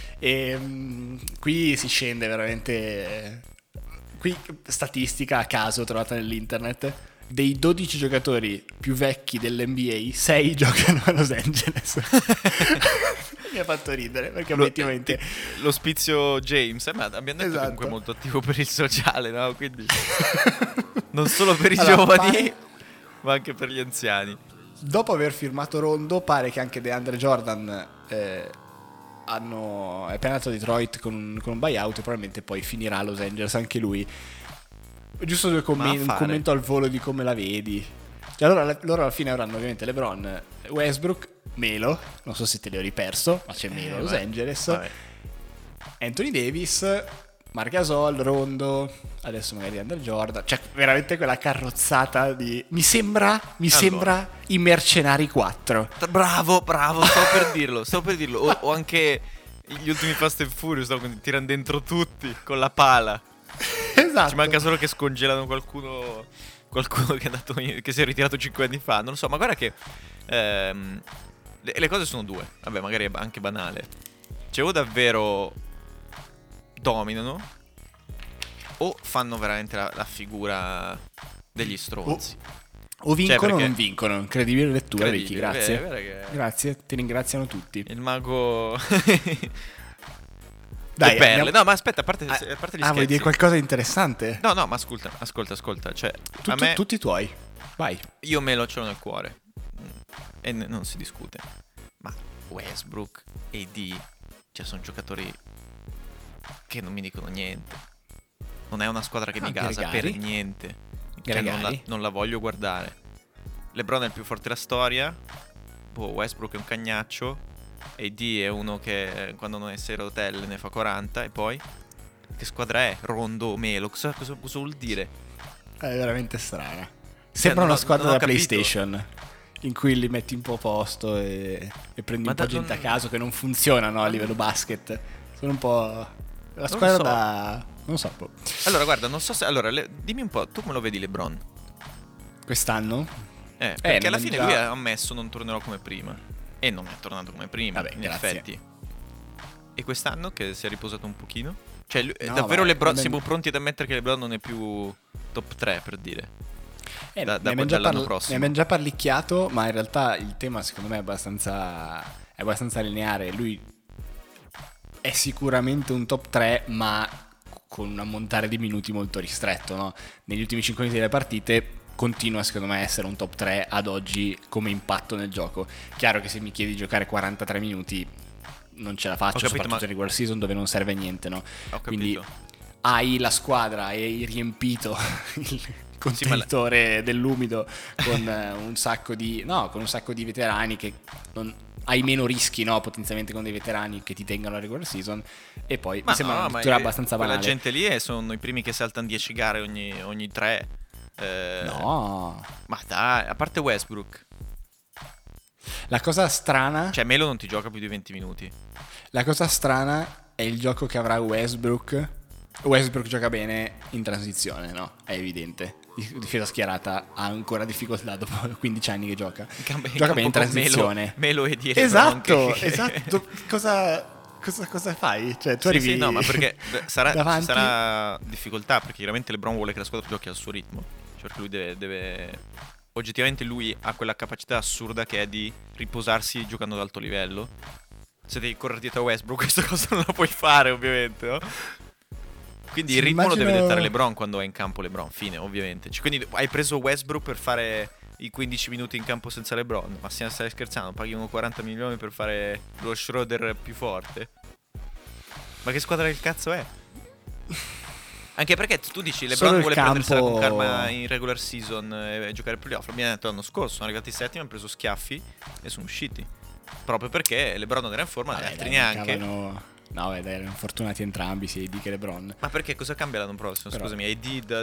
Qui si scende veramente. Qui statistica a caso trovata nell'internet. Dei 12 giocatori più vecchi dell'NBA, 6 giocano a Los Angeles. Mi ha fatto ridere perché obiettivamente L'ospizio James, ma abbiamo detto Esatto. che comunque è molto attivo per il sociale, no? Quindi non solo per i Allora, giovani, pare- ma anche per gli anziani. dopo aver firmato Rondo, pare che anche DeAndre Jordan è appena andato a Detroit con un buyout e probabilmente poi finirà a Los Angeles anche lui. Giusto un commento al volo di come la vedi. Cioè, allora, loro alla fine avranno ovviamente LeBron, Westbrook, Melo, non so se te li ho riperso, ma c'è Melo a Los vabbè, Angeles, vabbè. Anthony Davis, Marc Gasol, Rondo, adesso magari Andrew Jordan, cioè veramente quella carrozzata di... Mi sembra i Mercenari 4. Bravo, stavo per dirlo. O anche gli ultimi Fast and Furious, no? Quindi tirano dentro tutti con la pala. Esatto. Ci manca solo che scongelano qualcuno che è andato che si è ritirato 5 anni fa. Non lo so, ma guarda che le cose sono due. Vabbè, magari è anche banale. Cioè, o davvero dominano o fanno veramente la figura degli stronzi. O vincono perché- o non vincono. Incredibile lettura, Ricky, Incredibile, grazie. è vero che- Grazie, ti ringraziano tutti. Il mago... Dai, le perle. andiamo- No, ma aspetta, a parte gli scherzi. vuoi dire qualcosa di interessante? No, ma ascolta. Cioè, a me... Tutti i tuoi. Vai. Io me lo ce l'ho nel cuore. E non si discute. Ma Westbrook, AD, cioè sono giocatori che non mi dicono niente. Non è una squadra che mi gasa Gregali? per niente. Cioè, Gregali? non la voglio guardare. LeBron è il più forte della storia. Westbrook è un cagnaccio. AD è uno che quando non è 6 rotelle ne fa 40. E poi che squadra è? Rondo o Melo? Cosa vuol dire? È veramente strana. Sembra non una ho- squadra non ho da capito. PlayStation, in cui li metti un po' a posto e prendi Ma un po' da- gente a non- caso che non funzionano a livello basket. Sono un po' la Non squadra so. da... non so, boh. Allora, guarda, non so se. Allora, dimmi un po', tu come lo vedi LeBron? Quest'anno? Perché alla non fine già- lui ha ammesso non tornerò come prima. E non è tornato come prima, Vabbè, in grazie. effetti. E quest'anno che si è riposato un pochino? Cioè, No, davvero vabbè, LeBron, vabbè. siamo pronti ad ammettere che LeBron non è più top 3, per dire. Ne da abbiamo già dall'anno prossimo. ne abbiamo già parlicchiato, ma in realtà il tema secondo me è abbastanza lineare. Lui è sicuramente un top 3, ma con un ammontare di minuti molto ristretto, no? Negli ultimi 5 minuti delle partite continua secondo me a essere un top 3 ad oggi come impatto nel gioco. Chiaro che se mi chiedi di giocare 43 minuti non ce la faccio, Ho capito, soprattutto ma- in regular season dove non serve a niente, no? Ho Quindi capito. hai la squadra e hai riempito il contenitore dell'umido con un sacco di veterani che hai meno rischi, no, potenzialmente con dei veterani che ti tengano la regular season, e poi mi sembra una lettura abbastanza quella banale. gente lì sono i primi che saltano 10 gare ogni 3. No, Ma dai, a parte Westbrook. la cosa strana Cioè, Melo non ti gioca più di 20 minuti. la cosa strana è il gioco che avrà Westbrook. Westbrook gioca bene in transizione, no? È evidente. Difesa schierata ha ancora difficoltà dopo 15 anni che gioca. Gioca bene in transizione. Melo e dire Esatto, esatto. Cosa fai? Cioè, tu arrivi... Sì, no, ma perché ci davanti. sarà difficoltà, perché chiaramente LeBron vuole che la squadra giochi al suo ritmo. Cioè, perché lui deve oggettivamente lui ha quella capacità assurda che è di riposarsi giocando ad alto livello. Se devi correre dietro a Westbrook, questa cosa non la puoi fare, ovviamente, no? Quindi Sì, il ritmo lo deve immagino- dettare LeBron quando è in campo LeBron, fine, ovviamente. Cioè, quindi hai preso Westbrook per fare i 15 minuti in campo senza LeBron. Ma stai scherzando? Paghi uno 40 milioni per fare lo Schroeder più forte? Ma che squadra del cazzo è? Anche perché tu dici Solo LeBron il vuole prendersela con campo- calma in regular season e giocare playoff. L'abbiamo detto l'anno scorso, sono arrivati settimi, hanno preso schiaffi e sono usciti. Proprio perché LeBron non era in forma, gli Vabbè, altri dai, neanche. No, dai, erano fortunati entrambi, sia AD che LeBron. Ma perché cosa cambia l'anno prossimo? Però- Scusami, AD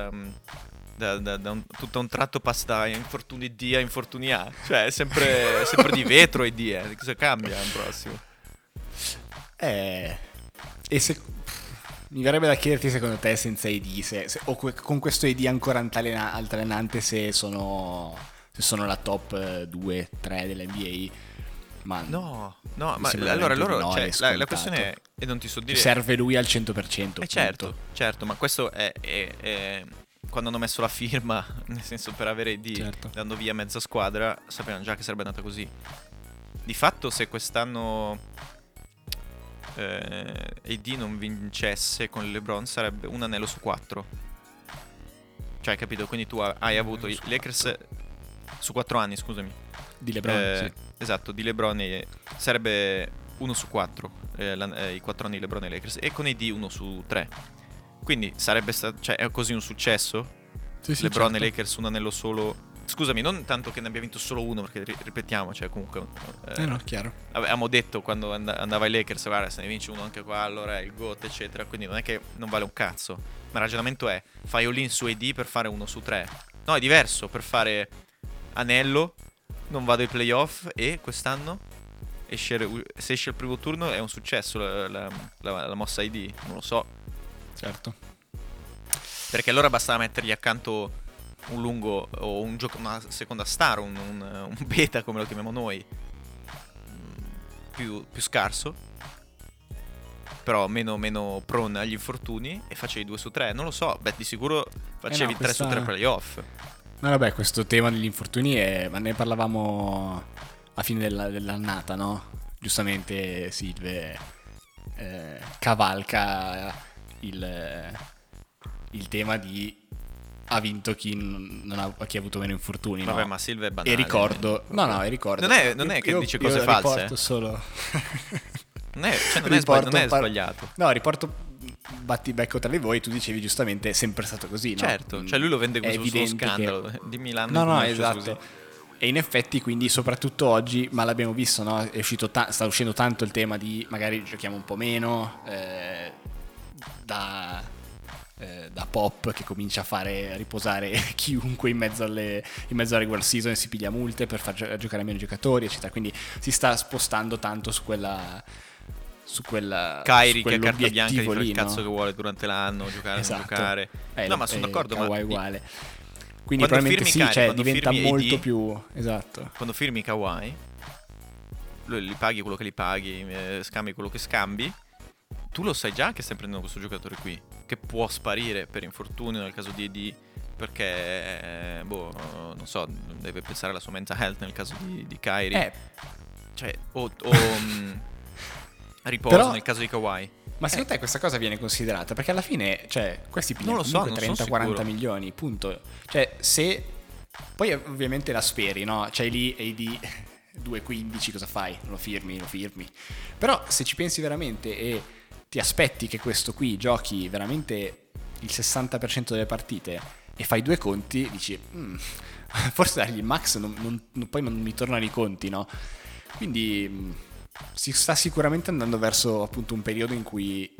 tutto un tratto passa da infortuni D a infortuni A. Cioè è sempre di vetro AD, cosa cambia l'anno prossimo? E se... Mi verrebbe da chiederti secondo te senza AD, con questo AD ancora altalenante, se sono la top 2-3 dell'NBA. Ma No, mi ma sembra allora veramente loro, di no, cioè, è la scontato. questione è, e non ti so dire... serve lui al 100%. certo, ma questo è quando hanno messo la firma, nel senso per avere AD, Certo. dando via mezza squadra, sapevano già che sarebbe andata così. Di fatto se quest'anno AD non vincesse con il LeBron sarebbe un anello su 4. Cioè, capito? Quindi tu hai avuto i Lakers su 4 anni, scusami. Di LeBron, sì. Esatto, di LeBron sarebbe 1 su 4 i 4 anni di LeBron e Lakers, e con AD 1 su 3. Quindi sarebbe stato, cioè è così un successo? Sì, sì, LeBron certo. e Lakers un anello solo. Scusami, non tanto che ne abbia vinto solo uno, perché ripetiamo, cioè comunque No, chiaro. avevamo detto quando andava ai Lakers, guarda, se ne vinci uno anche qua allora è il GOAT, eccetera. Quindi non è che non vale un cazzo, ma il ragionamento è: fai all-in su AD per fare 1 su 3. No, è diverso, per fare anello non vado ai playoff, e quest'anno se esce il primo turno è un successo la mossa AD. Non lo so, Certo. perché allora bastava mettergli accanto un lungo o una seconda star, un beta come lo chiamiamo noi, più scarso, però meno prone agli infortuni, e facevi 2 su 3. Non lo so, beh, di sicuro facevi 3 su 3 playoff. No, vabbè, questo tema degli infortuni ma ne parlavamo a fine dell'annata, no? Giustamente Silve cavalca il tema di ha vinto chi ha avuto meno infortuni, Vabbè, no? ma Silva è banale. E ricordo... No, e ricordo... Non è che dice cose false. Riporto solo... Non è sbagliato. No, riporto battibecco tra di voi, tu dicevi giustamente è sempre stato così, no? Certo, cioè lui lo vende come uno scandalo di Milano. No, esatto. E in effetti, quindi, soprattutto oggi, ma l'abbiamo visto, no? È uscito sta uscendo tanto il tema di magari giochiamo un po' meno, da Pop che comincia a fare riposare chiunque in mezzo alla regular season e si piglia multe per far giocare meno giocatori, eccetera. Quindi si sta spostando tanto su quella Kyrie che è carta bianca di fare lì, il cazzo no? che vuole durante l'anno, giocare, non giocare. No, ma sono d'accordo, ma è uguale. Quindi quando probabilmente sì, Kawhi, diventa molto AD, più esatto. Quando firmi Kawhi, li paghi quello che li paghi, scambi quello che scambi, tu lo sai già che stai prendendo questo giocatore qui, che può sparire per infortunio nel caso di AD, perché non so, deve pensare alla sua mental health nel caso di Kyrie. Cioè, riposo però, nel caso di Kawhi. Ma secondo te questa cosa viene considerata? Perché alla fine, cioè, questi pigliano comunque 30-40 milioni, punto. Cioè, se poi ovviamente la speri, no? C'hai lì AD 2,15, cosa fai? Lo firmi. Però se ci pensi veramente e ti aspetti che questo qui giochi veramente il 60% delle partite e fai due conti, dici forse dargli il max poi non mi tornano i conti, no? Quindi si sta sicuramente andando verso appunto un periodo in cui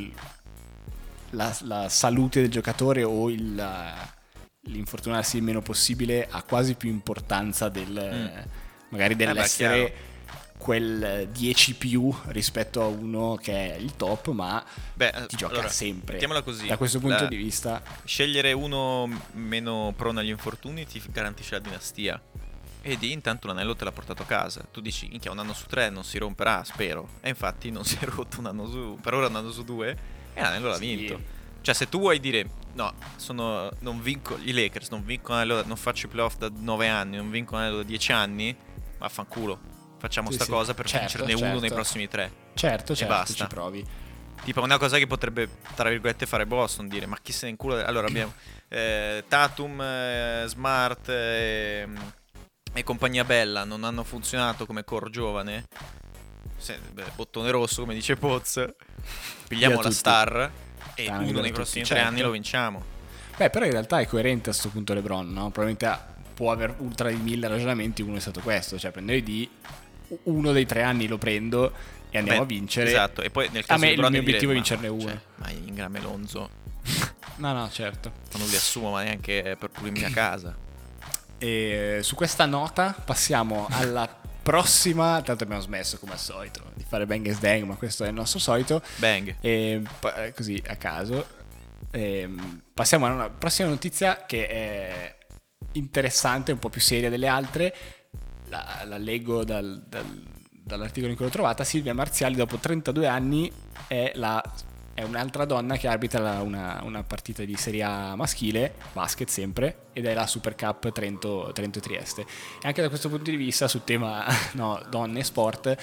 la salute del giocatore o l'infortunarsi il meno possibile ha quasi più importanza magari dell'essere quel 10 più rispetto a uno che è il top, ma ti gioca sempre. Mettiamola così, da questo punto di vista scegliere uno meno prone agli infortuni ti garantisce la dinastia. E intanto l'anello te l'ha portato a casa. Tu dici, minchia, un anno su 3 non si romperà, spero. E infatti non si è rotto per ora un anno su 2 e l'anello l'ha vinto. Cioè, se tu vuoi dire, no, non vinco, i Lakers non vincono l'anello, non faccio i playoff da 9 anni, non vincono l'anello da 10 anni, vaffanculo. Facciamo cosa per vincerne uno nei prossimi 3. Certo, basta. Ci provi. Tipo una cosa che potrebbe, tra virgolette, fare Boston, dire, ma chi se ne incula. Allora abbiamo Tatum, Smart e compagnia bella non hanno funzionato come core giovane, bottone rosso come dice Poz, pigliamo la star e uno nei prossimi 3 anni lo vinciamo. Però in realtà è coerente a questo punto LeBron, no? Probabilmente può aver ultra di 1000 ragionamenti, uno è stato questo, cioè prendo di uno dei 3 anni lo prendo e andiamo a vincere. Esatto, e poi nel caso a me di il mio obiettivo è vincerne uno. Cioè, ma Ingram e Lonzo no, certo, non li assumo ma neanche per pulirmi a casa. E su questa nota passiamo alla prossima. Tanto abbiamo smesso come al solito di fare bang e sdang, ma questo è il nostro solito bang così a caso. Passiamo a una prossima notizia che è interessante, un po' più seria delle altre. La leggo dall'articolo in cui l'ho trovata. Silvia Marziali dopo 32 anni è un'altra donna che arbitra una partita di Serie A maschile, basket sempre, ed è la Super Cup Trento e Trieste. E anche da questo punto di vista, sul tema donne e sport,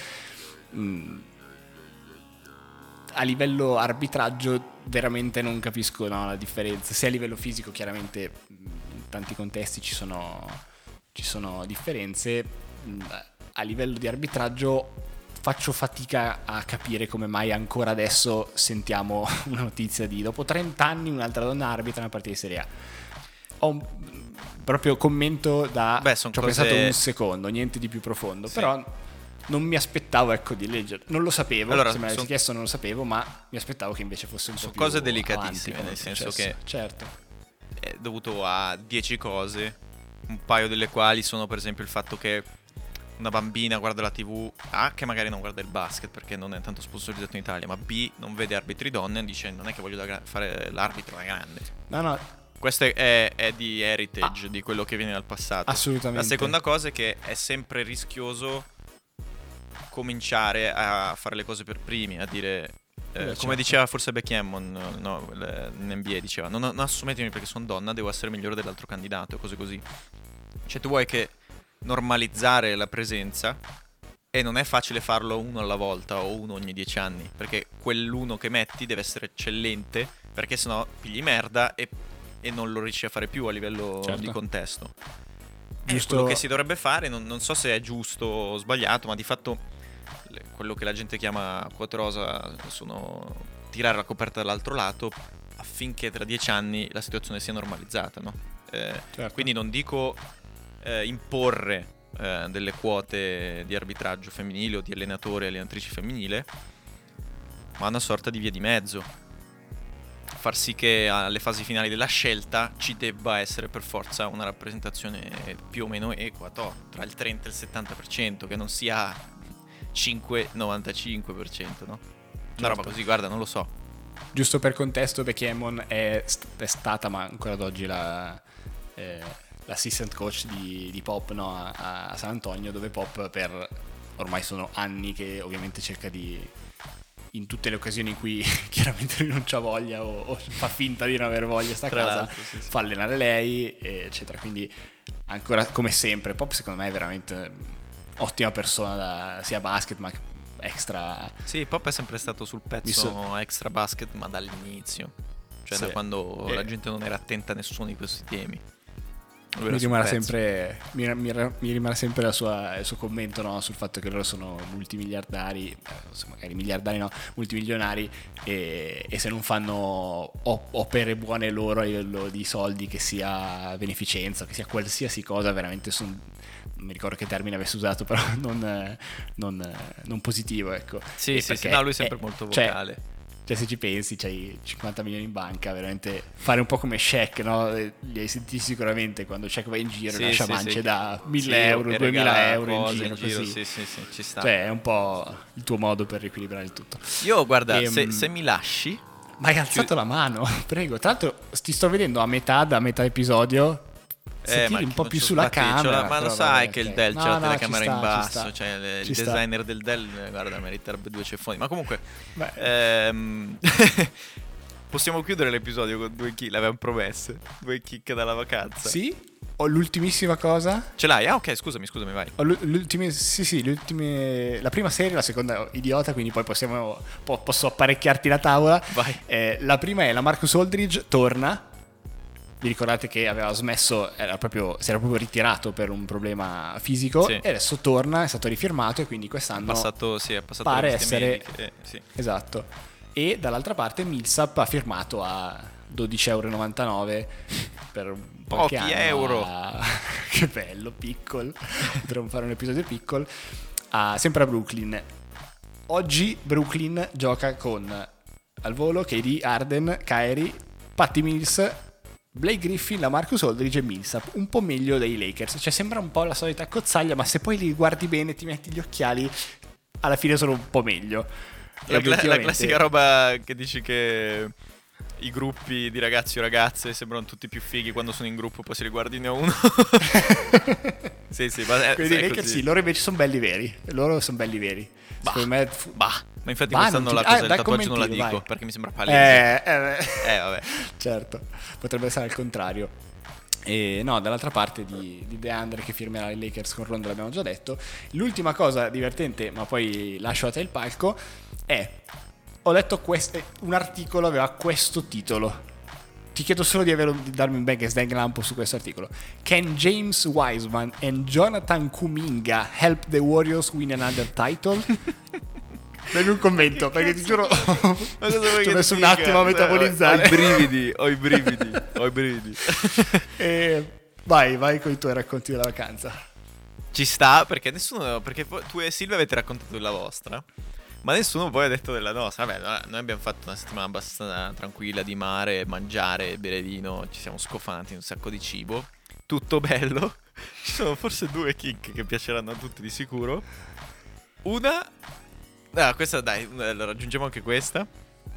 a livello arbitraggio veramente non capisco la differenza. Se a livello fisico chiaramente in tanti contesti ci sono differenze, a livello di arbitraggio faccio fatica a capire come mai ancora adesso sentiamo una notizia di dopo 30 anni un'altra donna arbitra una partita di Serie A. Ho un proprio commento ci ho pensato un secondo, niente di più profondo, sì. Però non mi aspettavo di leggere, non lo sapevo, allora, se me l'avessi chiesto non lo sapevo, ma mi aspettavo che invece fosse un po' più cose delicatissime, nel senso che certo è dovuto a 10 cose, un paio delle quali sono per esempio il fatto che una bambina guarda la TV, A, che magari non guarda il basket perché non è tanto sponsorizzato in Italia, ma B, non vede arbitri donne e dice non è che voglio fare l'arbitro da grande. No. Questo è di heritage, di quello che viene dal passato. Assolutamente. La seconda cosa è che è sempre rischioso cominciare a fare le cose per primi, a dire come diceva forse Becky Hammond, in NBA diceva non assumetemi perché sono donna, devo essere migliore dell'altro candidato, cose così. Cioè tu vuoi che normalizzare la presenza e non è facile farlo uno alla volta o uno ogni 10 anni, perché quell'uno che metti deve essere eccellente, perché sennò pigli merda e non lo riesci a fare più a livello di contesto. Giusto. Quello che si dovrebbe fare, non so se è giusto o sbagliato, ma di fatto quello che la gente chiama quote rosa sono tirare la coperta dall'altro lato affinché tra 10 anni la situazione sia normalizzata, no? Certo. Quindi non dico imporre delle quote di arbitraggio femminile o di allenatori e allenatrici femminile, ma una sorta di via di mezzo. Far sì che alle fasi finali della scelta ci debba essere per forza una rappresentazione più o meno equa, tra il 30 e il 70%, che non sia 5-95%, no? Una roba così, guarda, non lo so. Giusto per contesto, Becky Hammon è stata, ma ancora ad oggi, l'assistant coach di Pop, no? a San Antonio, dove Pop ormai sono anni che ovviamente cerca di, in tutte le occasioni in cui chiaramente lui non c'ha voglia o fa finta di non aver voglia sta Tra casa, l'altro, sì. fa allenare lei, eccetera. Quindi ancora, come sempre, Pop secondo me è veramente ottima persona, sia basket ma extra. Sì, Pop è sempre stato sul pezzo extra basket, ma dall'inizio, cioè sì, da quando la gente non era attenta a nessuno di questi temi. Mi rimarrà sempre il suo commento, no, sul fatto che loro sono multimiliardari, magari miliardari no, multimilionari, e se non fanno opere buone loro a livello di soldi, che sia beneficenza, che sia qualsiasi cosa, veramente non mi ricordo che termine avesse usato, però non positivo, ecco. Sì, no, lui è sempre molto vocale. Cioè, se ci pensi, c'hai 50 milioni in banca, veramente fare un po' come Shaq, no? Li hai sentiti sicuramente quando Shaq va in giro, lascia mance da 1.000 euro, 2.000 euro in giro, così. Sì, ci sta. Cioè, è un po' il tuo modo per riequilibrare il tutto. Io, guarda, se mi lasci... Ma hai alzato la mano, prego. Tra l'altro ti sto vedendo da metà episodio. Se tiri un po' più sulla camera, ma lo sai che il Dell c'è la telecamera in basso, cioè il designer del Dell, guarda, meriterebbe 2 ceffoni. Ma comunque possiamo chiudere l'episodio con 2 kick, l'avevamo promesso, 2 kick dalla vacanza. Sì? Ho l'ultimissima cosa. Ce l'hai? Ah, ok, scusami, vai. Ho le ultime, la prima serie, la seconda idiota, quindi poi posso apparecchiarti la tavola. Vai. La prima è la Marcus Aldridge torna. Vi ricordate che aveva smesso, si era proprio ritirato per un problema fisico, sì. E adesso torna, è stato rifirmato, e quindi quest'anno è passato pare essere sì. Esatto. E dall'altra parte Millsap ha firmato a €12,99 per un pochi anno euro. Che bello, piccolo. Potremmo fare un episodio piccolo. Sempre a Brooklyn. Oggi Brooklyn gioca con al volo KD, Harden, Kyrie, Patty Mills, Blake Griffin, la Marcus Aldridge e Millsap, un po' meglio dei Lakers. Cioè sembra un po' la solita cozzaglia, ma se poi li guardi bene, ti metti gli occhiali, alla fine sono un po' meglio. La classica roba che dici che i gruppi di ragazzi o ragazze sembrano tutti più fighi quando sono in gruppo, poi si riguardino uno. Sì, ma quindi i Lakers sì, loro invece sono belli veri. Secondo me ma infatti quest'anno la cosa del tatuaggio non la dico, perché mi sembra palese. Vabbè. Certo, potrebbe essere al contrario. E no, dall'altra parte di DeAndre che firmerà i Lakers con Rondo, l'abbiamo già detto. L'ultima cosa divertente, ma poi lascio a te il palco, ho letto un articolo aveva questo titolo. Ti chiedo solo di darmi un bang and lampo su questo articolo. Can James Wiseman and Jonathan Kuminga help the Warriors win another title? Dammi un commento, perché ti giuro ci ho messo un attimo a metabolizzare. Ho i brividi. Vai con i tuoi racconti della vacanza. Ci sta, perché tu e Silvia avete raccontato della vostra, ma nessuno poi ha detto della nostra. Vabbè, noi abbiamo fatto una settimana abbastanza tranquilla di mare, mangiare, bere vino, ci siamo scofati un sacco di cibo, tutto bello. Ci sono forse 2 kick che piaceranno a tutti di sicuro. Questa dai, raggiungiamo anche questa.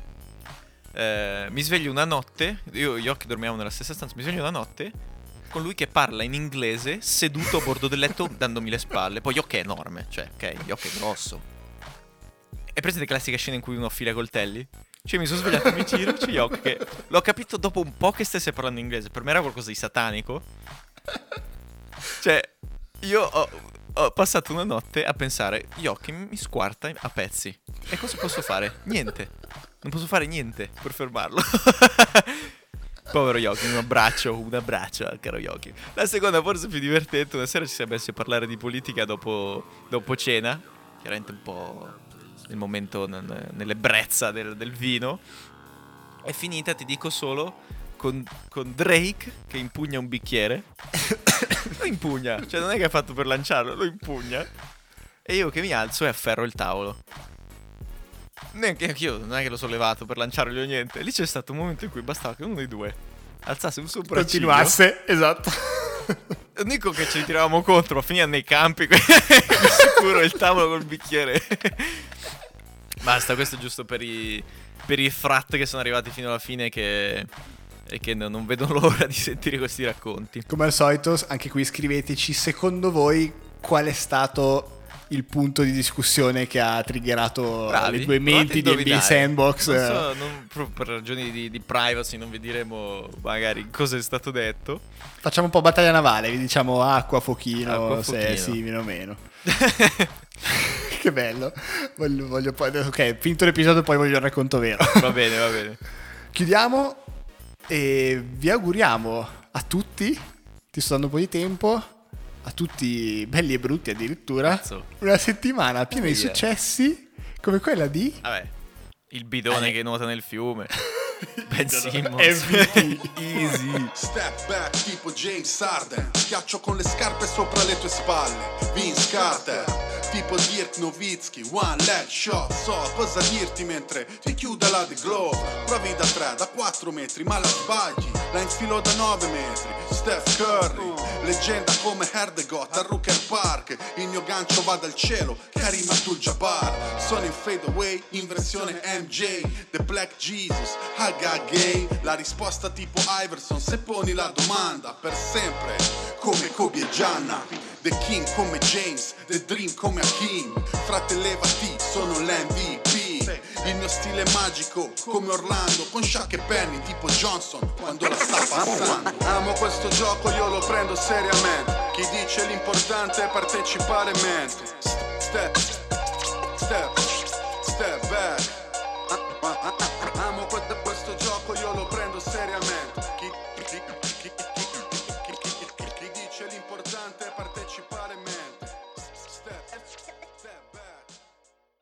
Mi sveglio una notte, io e Yoki dormiamo nella stessa stanza, mi sveglio una notte con lui che parla in inglese seduto a bordo del letto dandomi le spalle. Poi Yoki è enorme, cioè, ok, Yoki è grosso. È presente classica scena in cui uno affila i coltelli? Cioè mi sono svegliato e mi giro, c'è Yoki che... L'ho capito dopo un po' che stesse parlando inglese, per me era qualcosa di satanico. Cioè, io ho passato una notte a pensare, Yoki mi squarta a pezzi. E cosa posso fare? Niente. Non posso fare niente per fermarlo. Povero Yoki, un abbraccio al caro Yoki. La seconda forse più divertente, una sera ci siamo messi a parlare di politica dopo cena. chiaramente un po' nel momento, nell'ebbrezza del vino. È finita, ti dico solo, con Drake che impugna un bicchiere. Lo impugna, cioè non è che ha fatto per lanciarlo, lo impugna. E io che mi alzo e afferro il tavolo. Neanche io, non è che l'ho sollevato per lanciarlo o niente. Lì c'è stato un momento in cui bastava che uno dei due alzasse un sopracciglio, continuasse, esatto. non dico che ci tiravamo contro, ma finiva nei campi. Di sicuro il tavolo col bicchiere. Basta, questo è giusto per i frat che sono arrivati fino alla fine e che non vedono l'ora di sentire questi racconti. Come al solito, anche qui scriveteci secondo voi qual è stato il punto di discussione che ha triggerato le due menti di NBA Sandbox. Non so, per ragioni di privacy non vi diremo magari cosa è stato detto. Facciamo un po' battaglia navale, vi diciamo acqua, fuochino, se è simile o meno. Che bello. Voglio poi, ok, finito l'episodio poi voglio il racconto vero. Va bene. Chiudiamo e vi auguriamo a tutti, ti sto dando un po' di tempo, a tutti belli e brutti addirittura, una settimana piena di successi come quella di... Vabbè, il bidone che nuota nel fiume. Ben Simmons. MVP. Easy. Step back tipo James Harden, schiaccio con le scarpe sopra le tue spalle. Vince Carter, tipo Dirk Nowitzki, one leg shot. So cosa dirti mentre ti chiuda la The Glove. Provi da 3, da 4 metri, ma la sbagli. La infilo da 9 metri. Steph Curry, leggenda come Herdegot a Rooker Park. Il mio gancio va dal cielo, Karim Abdul-Jabbar. Sono in fadeaway, in versione MJ, The Black Jesus, Haga Gay. La risposta tipo Iverson, se poni la domanda. Per sempre, come Kobe e Gianna. The King come James, The Dream come Hakim. Frate levati, sono l'MVP. Il mio stile è magico come Orlando, con Shaq e Penny tipo Johnson quando la sta passando. Amo questo gioco, io lo prendo seriamente. Chi dice l'importante è partecipare mente. Step back.